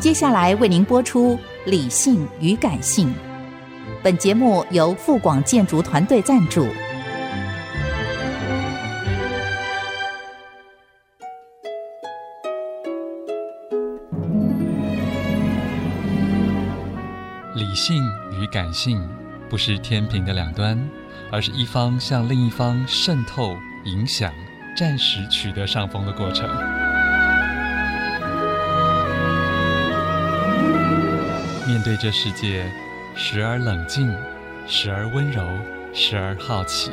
接下来为您播出理性与感性。本节目由富广建筑团队赞助。 理性与感性不是天平的两端，而是一方向另一方渗透、影响，暂时取得上风的过程。面对这世界，时而冷静，时而温柔，时而好奇。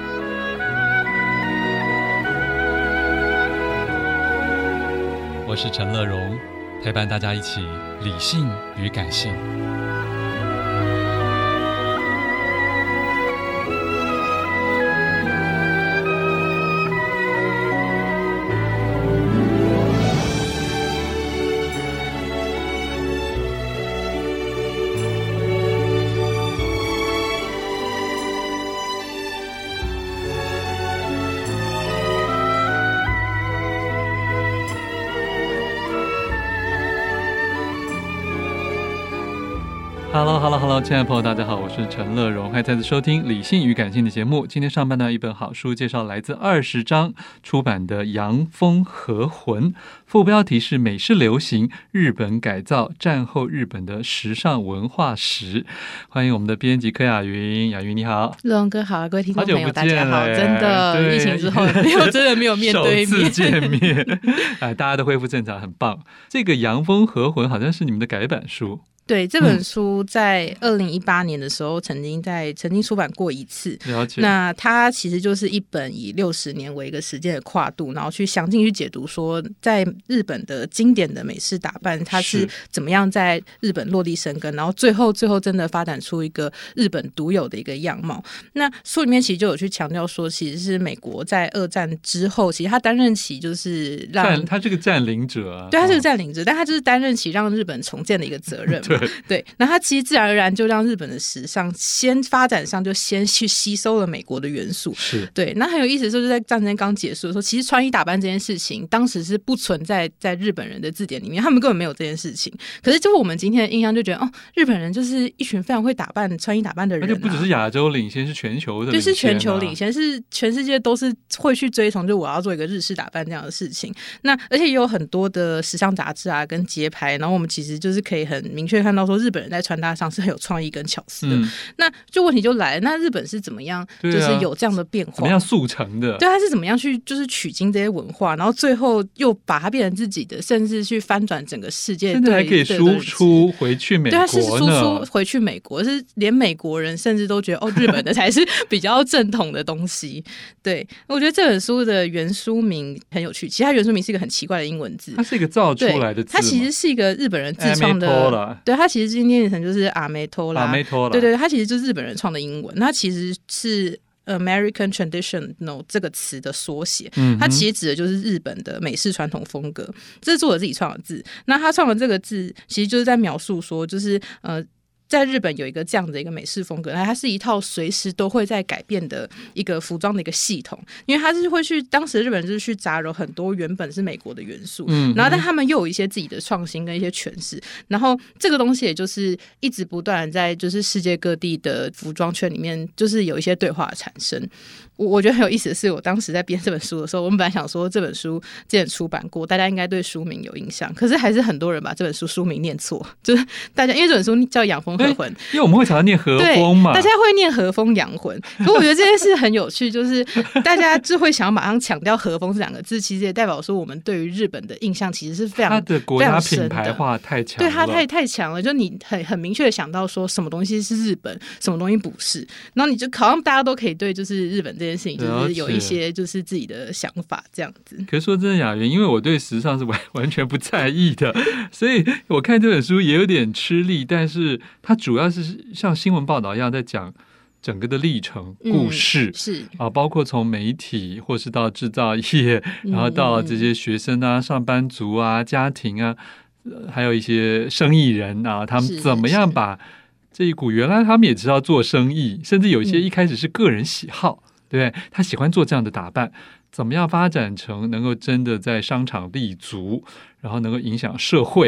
我是陈乐融，陪伴大家一起理性与感性。Hello， 亲爱的朋友，大家好，我是陈乐融，欢迎再次收听理性与感性的节目。今天上半段一本好书，介绍来自20章出版的《洋风和魂》，副标题是美式流行日本改造战后日本的时尚文化史。欢迎我们的编辑柯雅云，雅云你好。 乐融哥好，各位听众朋友大家好。真的疫情之后真的没有面对面首次见面大家都恢复正常，很棒。这个《洋风和魂》好像是你们的改版书。 对，这本书在2018年的时候曾经出版过一次。 了解。 那它其实就是一本以60年为一个时间的跨度，然后去详尽去解读说在日本的经典的美式打扮它是怎么样在日本落地生根，然后最后真的发展出一个日本独有的一个样貌。那书里面其实就有去强调说，其实是美国在2战之后，其实他担任起就是让他这个占领者啊， 对，他是个占领者，但他就是担任起让日本重建的一个责任嘛。对，那他其实自然而然就让日本的时尚先发展上就先去吸收了美国的元素。 是， 对，那很有意思的就是在战争刚结束的时候，其实穿衣打扮这件事情当时是不存在在日本人的字典里面，他们根本没有这件事情。可是就我们今天的印象就觉得，日本人就是一群非常会穿衣打扮的人， 而且不只是亚洲领先，是全球的领先， 就是全球领先，是全世界都是会去追从，就我要做一个日式打扮这样的事情。那而且也有很多的时尚杂志啊跟街拍，然后我们其实就是可以很明确看到说日本人在穿搭上是很有创意跟巧思的。那就问题就来了，那日本是怎么样就是有这样的变化， 怎么样速成的？ 对，他是怎么样去就是取经这些文化，然后最后又把它变成自己的，甚至去翻转整个世界， 甚至还可以输出回去美国呢？ 对，他是输出回去美国，是连美国人甚至都觉得日本的才是比较正统的东西。对，我觉得这本书的原书名很有趣，其实它原书名是一个很奇怪的英文字， 它是一个造出来的字， 它其实是一个日本人自创的，对，它其实是念成就是阿梅托拉，对对，它其实就是日本人创的英文，它其实是American Traditional 这个词的缩写，它其实指的就是日本的美式传统风格，这是作者自己创的字。那他创的这个字其实就是在描述说，就是在日本有一个这样的一个美式风格，它是一套随时都会在改变的一个服装的一个系统，因为它是会去当时的日本人就是去杂糅很多原本是美国的元素，然后但他们又有一些自己的创新跟一些诠释，然后这个东西也就是一直不断在就是世界各地的服装圈里面就是有一些对话的产生。我觉得很有意思的是，我当时在编这本书的时候，我们本来想说这本书之前出版过，大家应该对书名有印象，可是还是很多人把这本书名念错，就是大家因为这本书叫《洋风和魂》， 因为我们会常常念和风嘛， 大家会念和风洋魂。可我觉得这件事很有趣，就是大家就会想要马上强调和风这2个字，其实也代表说我们对于日本的印象其实是非常它的国家品牌化太强了， 对，它太强了，就你很明确的想到说什么东西是日本，什么东西不是，然后你就好像大家都可以对就是日本这件事情就是有一些就是自己的想法这样子。 可是说真的，雅云，因为我对时尚是完全不在意的，所以我看这本书也有点吃力，但是它主要是像新闻报道一样在讲整个的历程故事， 是啊，包括从媒体或是到制造业，然后到这些学生啊、上班族啊、家庭啊，还有一些生意人啊，他们怎么样把这一股原来他们也知道做生意，甚至有一些一开始是个人喜好，对不对？他喜欢做这样的打扮，怎么样发展成能够真的在商场立足，然后能够影响社会，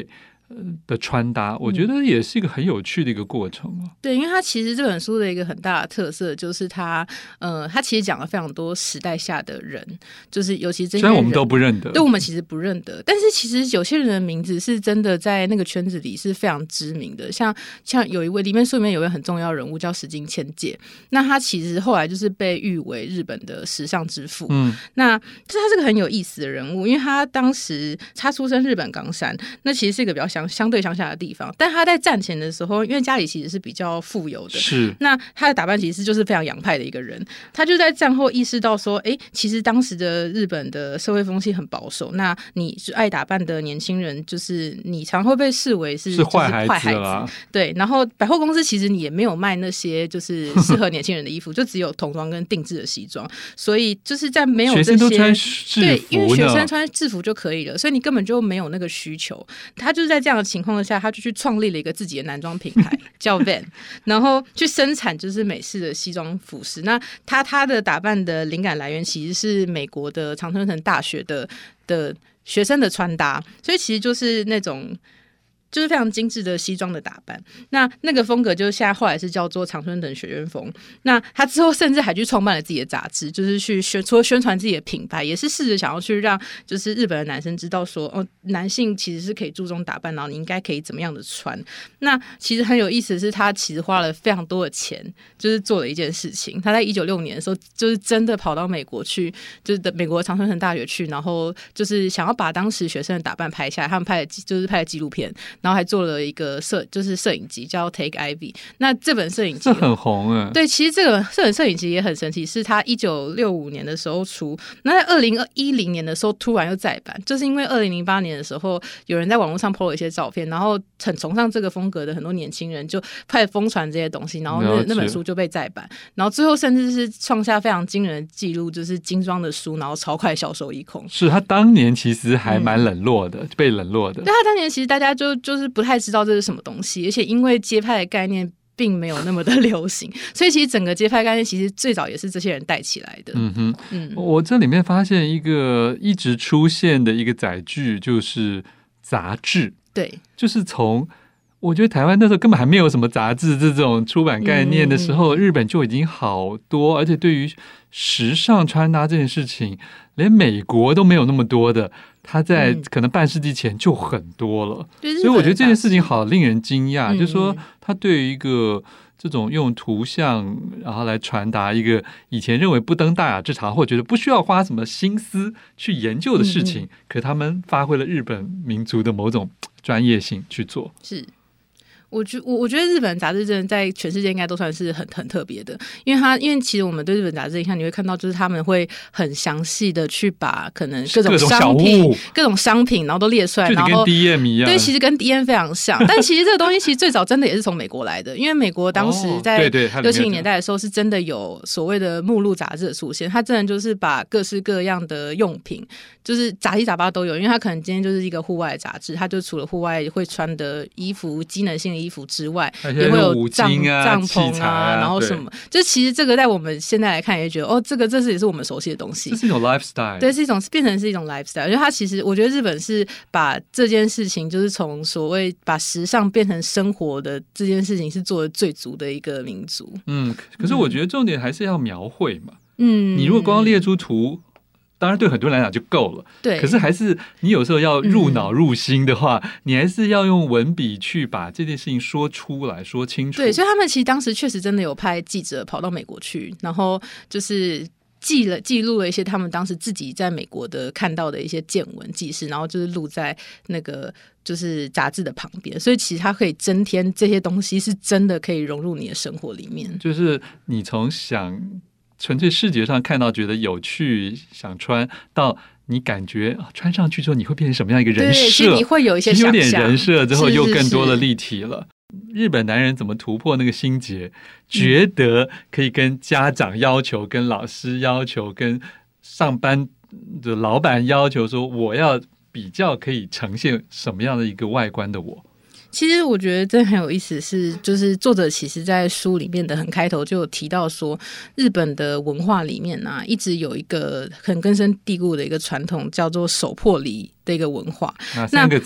的穿搭，我觉得也是一个很有趣的一个过程。 对，因为它其实这本书的一个很大的特色就是它其实讲了非常多时代下的人，就是尤其这些人虽然我们都不认得， 对，我们其实不认得，但是其实有些人的名字是真的在那个圈子里是非常知名的，像有一位书里面有一位很重要人物叫石津千介，那他其实后来就是被誉为日本的时尚之父。那就是他是个很有意思的人物，因为他当时他出生日本冈山，那其实是一个比较相对乡下的地方，但他在战前的时候，因为家里其实是比较富有的， 是那他的打扮其实就是非常洋派的一个人，他就在战后意识到说，其实当时的日本的社会风气很保守，那你爱打扮的年轻人，就是你常会被视为是坏孩子， 对。然后百货公司其实你也没有卖那些就是适合年轻人的衣服，就只有童装跟定制的西装，所以就是在没有这些学生都穿制服， 对，因为学生穿制服就可以了，所以你根本就没有那个需求。他就是在这样的情况下，他就去创立了一个自己的男装品牌叫 Van， 然后去生产就是美式的西装服饰。那他的打扮的灵感来源其实是美国的常春藤大学的学生的穿搭，所以其实就是那种就是非常精致的西装的打扮，那个风格就是现在后来是叫做常春藤学院风。那他之后甚至还去创办了自己的杂志，就是去除了宣传自己的品牌，也是试着想要去让就是日本的男生知道说，男性其实是可以注重打扮，然后你应该可以怎么样的穿。那其实很有意思的是，他其实花了非常多的钱，就是做了一件事情。他在1965年的时候，就是真的跑到美国去，就是美国常春藤大学去，然后就是想要把当时学生的打扮拍下来，他们拍了纪录片。然后还做了一个摄影集叫 Take Ivy。 那这本摄影集这很红啊。 对，其实这个摄影集也很神奇，是他1965年的时候出，那在2010年的时候突然又再版，就是因为2008年的时候有人在网络上 po 了一些照片，然后很崇尚这个风格的很多年轻人就开始疯传这些东西，然后那本书就被再版，然后最后甚至是创下非常惊人的记录，就是精装的书然后超快销售一空。 是他当年其实还蛮冷落的，被冷落的。 对，他当年其实大家就是不太知道这是什么东西，而且因为街拍的概念并没有那么的流行，所以其实整个街拍概念其实最早也是这些人带起来的。 我这里面发现一个一直出现的一个载具，就是杂志。 对， 就是我觉得台湾那时候根本还没有什么杂志这种出版概念的时候，日本就已经好多，而且对于时尚穿搭这件事情，连美国都没有那么多的，他在可能半世纪前就很多了。所以我觉得这件事情好令人惊讶，就是说他对于一个这种用图像然后来传达一个以前认为不登大雅之堂或觉得不需要花什么心思去研究的事情，可他们发挥了日本民族的某种专业性去做。 是，我觉得日本杂志真的在全世界应该都算是很特别的，因为其实我们对日本杂志一看，你会看到就是他们会很详细的去把可能各种商品然后都列出来，然后跟 DM 一样。 对，其实跟 DM 非常像，但其实这个东西其实最早真的也是从美国来的，因为美国当时在60-70年代的时候是真的有所谓的目录杂志的出现，它真的就是把各式各样的用品就是杂七杂八都有，因为它可能今天就是一个户外杂志，它就除了户外会穿的衣服机能性的衣服之外，也会有帐篷啊，然后什么，就其实这个在我们现在来看也觉得这也是我们熟悉的东西， 这是一种 lifestyle， 对，变成是一种 lifestyle。就它其实我觉得日本是把这件事情，就是从所谓把时尚变成生活的这件事情是做的最足的一个民族。 可是我觉得重点还是要描绘嘛。你如果光列出图，当然对很多人来讲就够了， 对。 可是还是你有时候要入脑入心的话，你还是要用文笔去把这件事情说出来，说清楚。 对，所以他们其实当时确实真的有派记者跑到美国去，然后就是记录了一些他们当时自己在美国的看到的一些见闻记事，然后就是录在那个就是杂志的旁边，所以其实它可以增添这些东西，是真的可以融入你的生活里面。 就是你从纯粹视觉上看到觉得有趣想穿，到你感觉穿上去之后你会变成什么样一个人设， 对，其实你会有一些想象， 有点人设之后又更多的立体了。日本男人怎么突破那个心结，觉得可以跟家长要求，跟老师要求，跟上班的老板要求说我要比较可以呈现什么样的一个外观的我。 其实我觉得这很有意思，就是作者其实在书里面的很开头就有提到说，日本的文化里面啊，一直有一个很根深蒂固的一个传统，叫做手破离的一个文化。 哪3个字啊？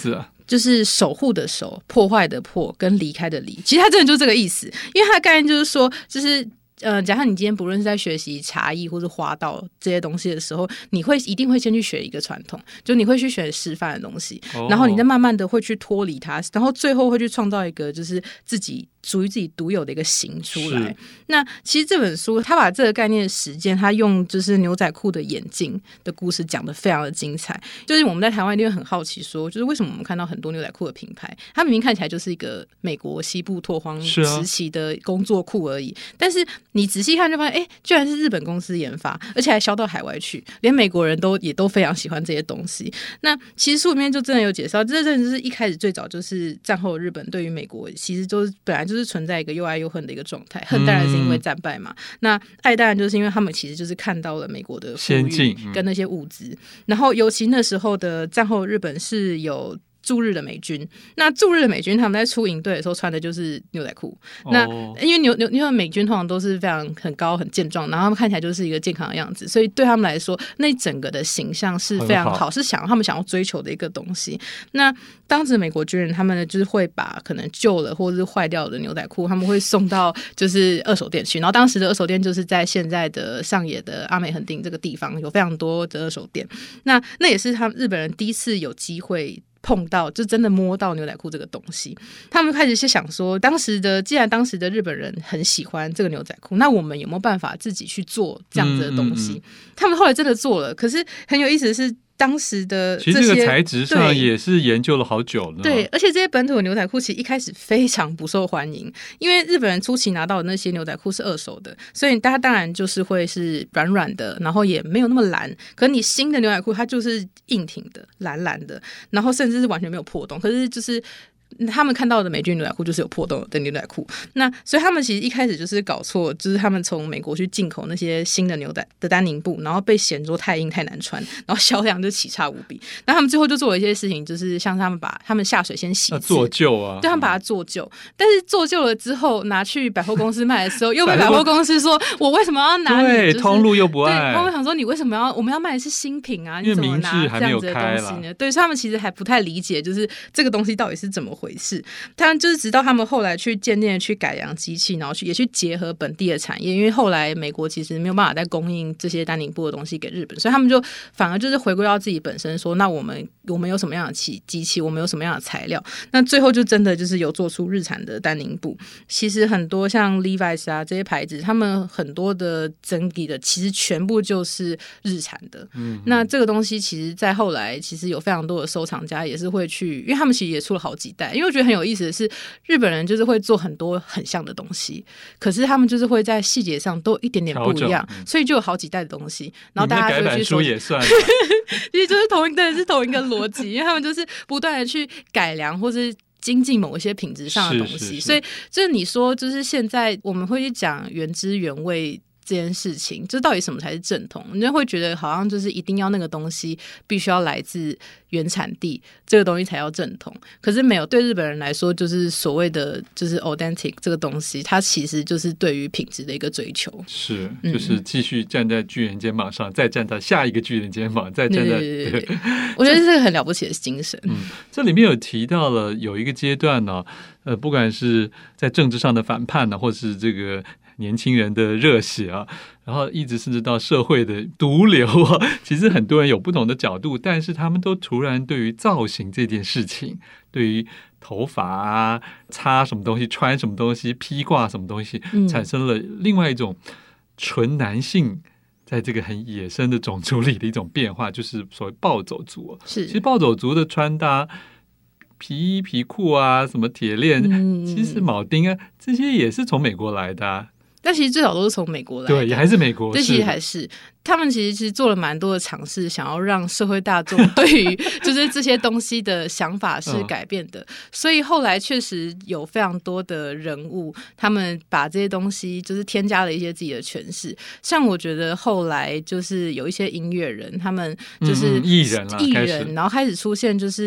就是守护的守，破坏的破，跟离开的离，其实它真的就是这个意思。因为它的概念就是说，就是假设你今天不论是在学习茶艺或是花道这些东西的时候，你一定会先去学一个传统，就你会去学示范的东西，然后你再慢慢的会去脱离它，然后最后会去创造一个就是属于自己独有的一个形出来。那其实这本书他把这个概念的实践，他用就是牛仔裤的演进的故事讲得非常的精彩。就是我们在台湾一定会很好奇说，就是为什么我们看到很多牛仔裤的品牌，它明明看起来就是一个美国西部拓荒时期的工作裤而已，但是你仔细看就发现，居然是日本公司研发，而且还销到海外去，连美国人也都非常喜欢这些东西。那其实书里面就真的有介绍，这真的就是一开始最早就是战后日本对于美国其实就是本来就是存在一个又爱又恨的一个状态。恨当然是因为战败嘛，那爱当然就是因为他们其实就是看到了美国的先进跟那些物资，然后尤其那时候的战后日本是有驻日的美军，那驻日的美军他们在出营队的时候穿的就是牛仔裤。那因为美军通常都是非常很高很健壮，然后他们看起来就是一个健康的样子，所以对他们来说那整个的形象是非常好，是他们想要追求的一个东西。那当时美国军人他们就是会把可能旧了或者是坏掉的牛仔裤他们会送到就是二手店去，然后当时的二手店就是在现在的上野的阿美横丁这个地方有非常多的二手店。那也是他们日本人第一次有机会碰到，就真的摸到牛仔裤这个东西。他们开始是想说，既然当时的日本人很喜欢这个牛仔裤，那我们有没有办法自己去做这样子的东西？他们后来真的做了，可是很有意思的是，当时的其实这个材质上也是研究了好久了。 对，而且这些本土的牛仔裤其实一开始非常不受欢迎，因为日本人初期拿到的那些牛仔裤是二手的，所以大家当然就是会是软软的，然后也没有那么蓝。可是你新的牛仔裤它就是硬挺的、蓝蓝的，然后甚至是完全没有破洞。可是就是他们看到的美军牛仔裤就是有破洞的牛仔裤，那所以他们其实一开始就是搞错，就是他们从美国去进口那些新的牛仔的丹宁布，然后被嫌说太硬太难穿，然后销量就奇差无比。那他们最后就做了一些事情，就是像他们把他们下水先洗做旧啊， 对，他们把它做旧，但是做旧了之后拿去百货公司卖的时候，又被百货公司说我为什么要拿你、 对，通路又不爱， 他们想说你为什么我们要卖的是新品啊，你怎么拿这样子的东西呢？对，所以他们其实还不太理解，就是这个东西到底是怎么回事。他们就是直到他们后来去渐渐的去改良机器，然后也去结合本地的产业，因为后来美国其实没有办法再供应这些丹宁布的东西给日本，所以他们就反而就是回归到自己本身说，那我们有什么样的机器，我们有什么样的材料，那最后就真的就是有做出日产的丹宁布。其实很多像 Levi's 啊这些牌子，他们很多的整体的其实全部就是日产的。那这个东西其实在后来其实有非常多的收藏家也是会去，因为他们其实也出了好几代，因为我觉得很有意思的是，日本人就是会做很多很像的东西，可是他们就是会在细节上都有一点点不一样，所以就有好几代的东西，然后大家就去说也算其实就是同一个逻辑，因为他们就是不断的去改良或是精进某一些品质上的东西，所以就是你说就是现在我们会去讲原汁原味这件事情，这到底什么才是正统？人家会觉得好像就是一定要那个东西必须要来自原产地，这个东西才叫正统。可是没有，对日本人来说，就是所谓的就是 authentic 这个东西，它其实就是对于品质的一个追求。 是，就是继续站在巨人肩膀上，再站到下一个巨人肩膀，再站在对我觉得这是很了不起的精神。 这里面有提到了有一个阶段呢，不管是在政治上的反叛呢，或是这个年轻人的热血啊，然后一直甚至到社会的毒瘤啊，其实很多人有不同的角度，但是他们都突然对于造型这件事情，对于头发啊、擦什么东西、穿什么东西、披挂什么东西，产生了另外一种纯男性在这个很野生的种族里的一种变化，就是所谓暴走族。其实暴走族的穿搭，皮衣皮裤啊，什么铁链，其实铆钉啊，这些也是从美国来的啊。 但其实最早都是从美国来的， 对，也还是美国。 对，其实还是他们其实做了蛮多的尝试，想要让社会大众对于就是这些东西的想法是改变的。所以后来确实有非常多的人物，他们把这些东西就是添加了一些自己的诠释。像我觉得后来就是有一些音乐人，他们就是艺人， 然后开始出现就是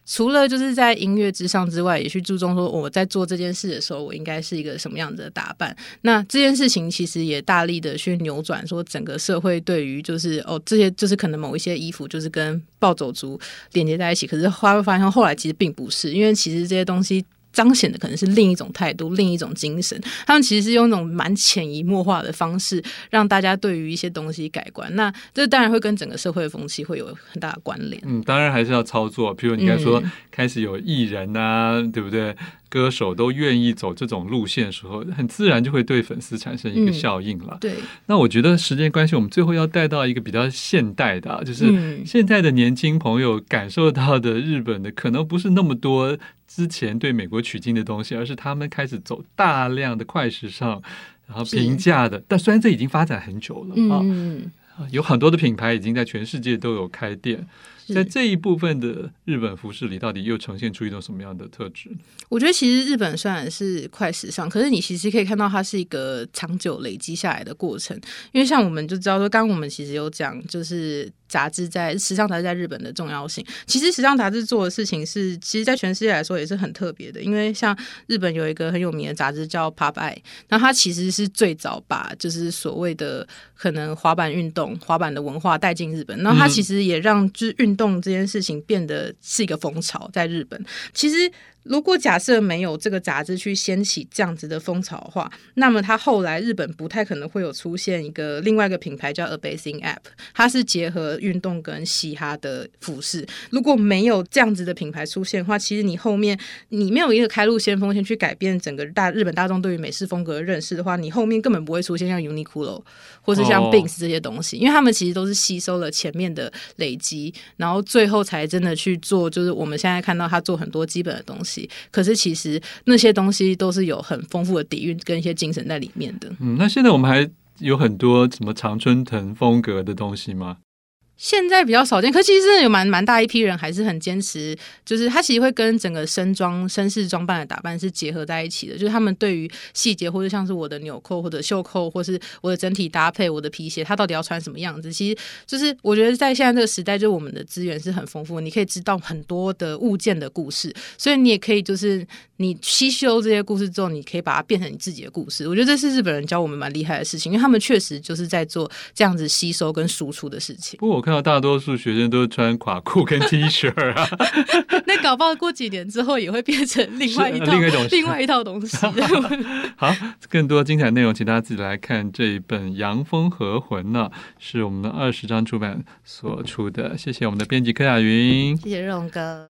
除了就是在音乐之上之外，也去注重说我在做这件事的时候我应该是一个什么样子的打扮。那这件事情其实也大力的去扭转说整个社会对于就是这些就是可能某一些衣服就是跟暴走族连接在一起，可是会发现后来其实并不是，因为其实这些东西彰显的可能是另一种态度，另一种精神。他们其实是用一种蛮潜移默化的方式让大家对于一些东西改观，那这当然会跟整个社会的风气会有很大的关联。 当然还是要操作，譬如你刚才说开始有艺人啊，对不对，歌手都愿意走这种路线的时候，很自然就会对粉丝产生一个效应了。 对， 那我觉得时间关系，我们最后要带到一个比较现代的就是现在的年轻朋友感受到的日本的可能不是那么多之前对美国取经的东西，而是他们开始走大量的快时尚，然后平价的。但虽然这已经发展很久了有很多的品牌已经在全世界都有开店，在这一部分的日本服饰里到底又呈现出一种什么样的特质？ 我觉得其实日本虽然是快时尚，可是你其实可以看到它是一个长久累积下来的过程。因为像我们就知道说，刚刚我们其实有讲就是时尚杂志在日本的重要性。其实时尚杂志做的事情是其实在全世界来说也是很特别的，因为像日本有一个很有名的杂志叫 Pop Eye， 然后它其实是最早把就是所谓的可能滑板运动滑板的文化带进日本，然后它其实也让就是运动这件事情变得是一个风潮在日本。其实如果假设没有这个杂志去掀起这样子的风潮的话，那么它后来日本不太可能会有出现另外一个品牌叫 A Bathing App， 它是结合运动跟嘻哈的服饰。如果没有这样子的品牌出现的话，其实你后面你没有一个开路先锋先去改变整个日本大众对于美式风格的认识的话，你后面根本不会出现像 Uniqlo 或是像 Binks 这些东西，因为他们其实都是吸收了前面的累积，然后最后才真的去做就是我们现在看到他做很多基本的东西。可是其实那些东西都是有很丰富的底蕴跟一些精神在里面的。 那现在我们还有很多什么常春藤风格的东西吗？ 现在比较少见，可其实真的有蛮大一批人还是很坚持，就是他其实会跟整个绅士装扮的打扮是结合在一起的，就是他们对于细节或者像是我的纽扣或者袖扣或是我的整体搭配我的皮鞋它到底要穿什么样子，其实就是我觉得在现在这个时代，就我们的资源是很丰富的，你可以知道很多的物件的故事，所以你也可以就是你吸收这些故事之后，你可以把它变成你自己的故事。我觉得这是日本人教我们蛮厉害的事情，因为他们确实就是在做这样子吸收跟输出的事情。 不过我看到大多数学生都穿垮裤跟 T 恤啊那搞不好过几年之后也会变成另外一套东西好，更多精彩内容请大家自己来看这一本《洋风和魂》呢，是我们的20张出版所出的。谢谢我们的编辑柯雅云， 谢谢荣哥。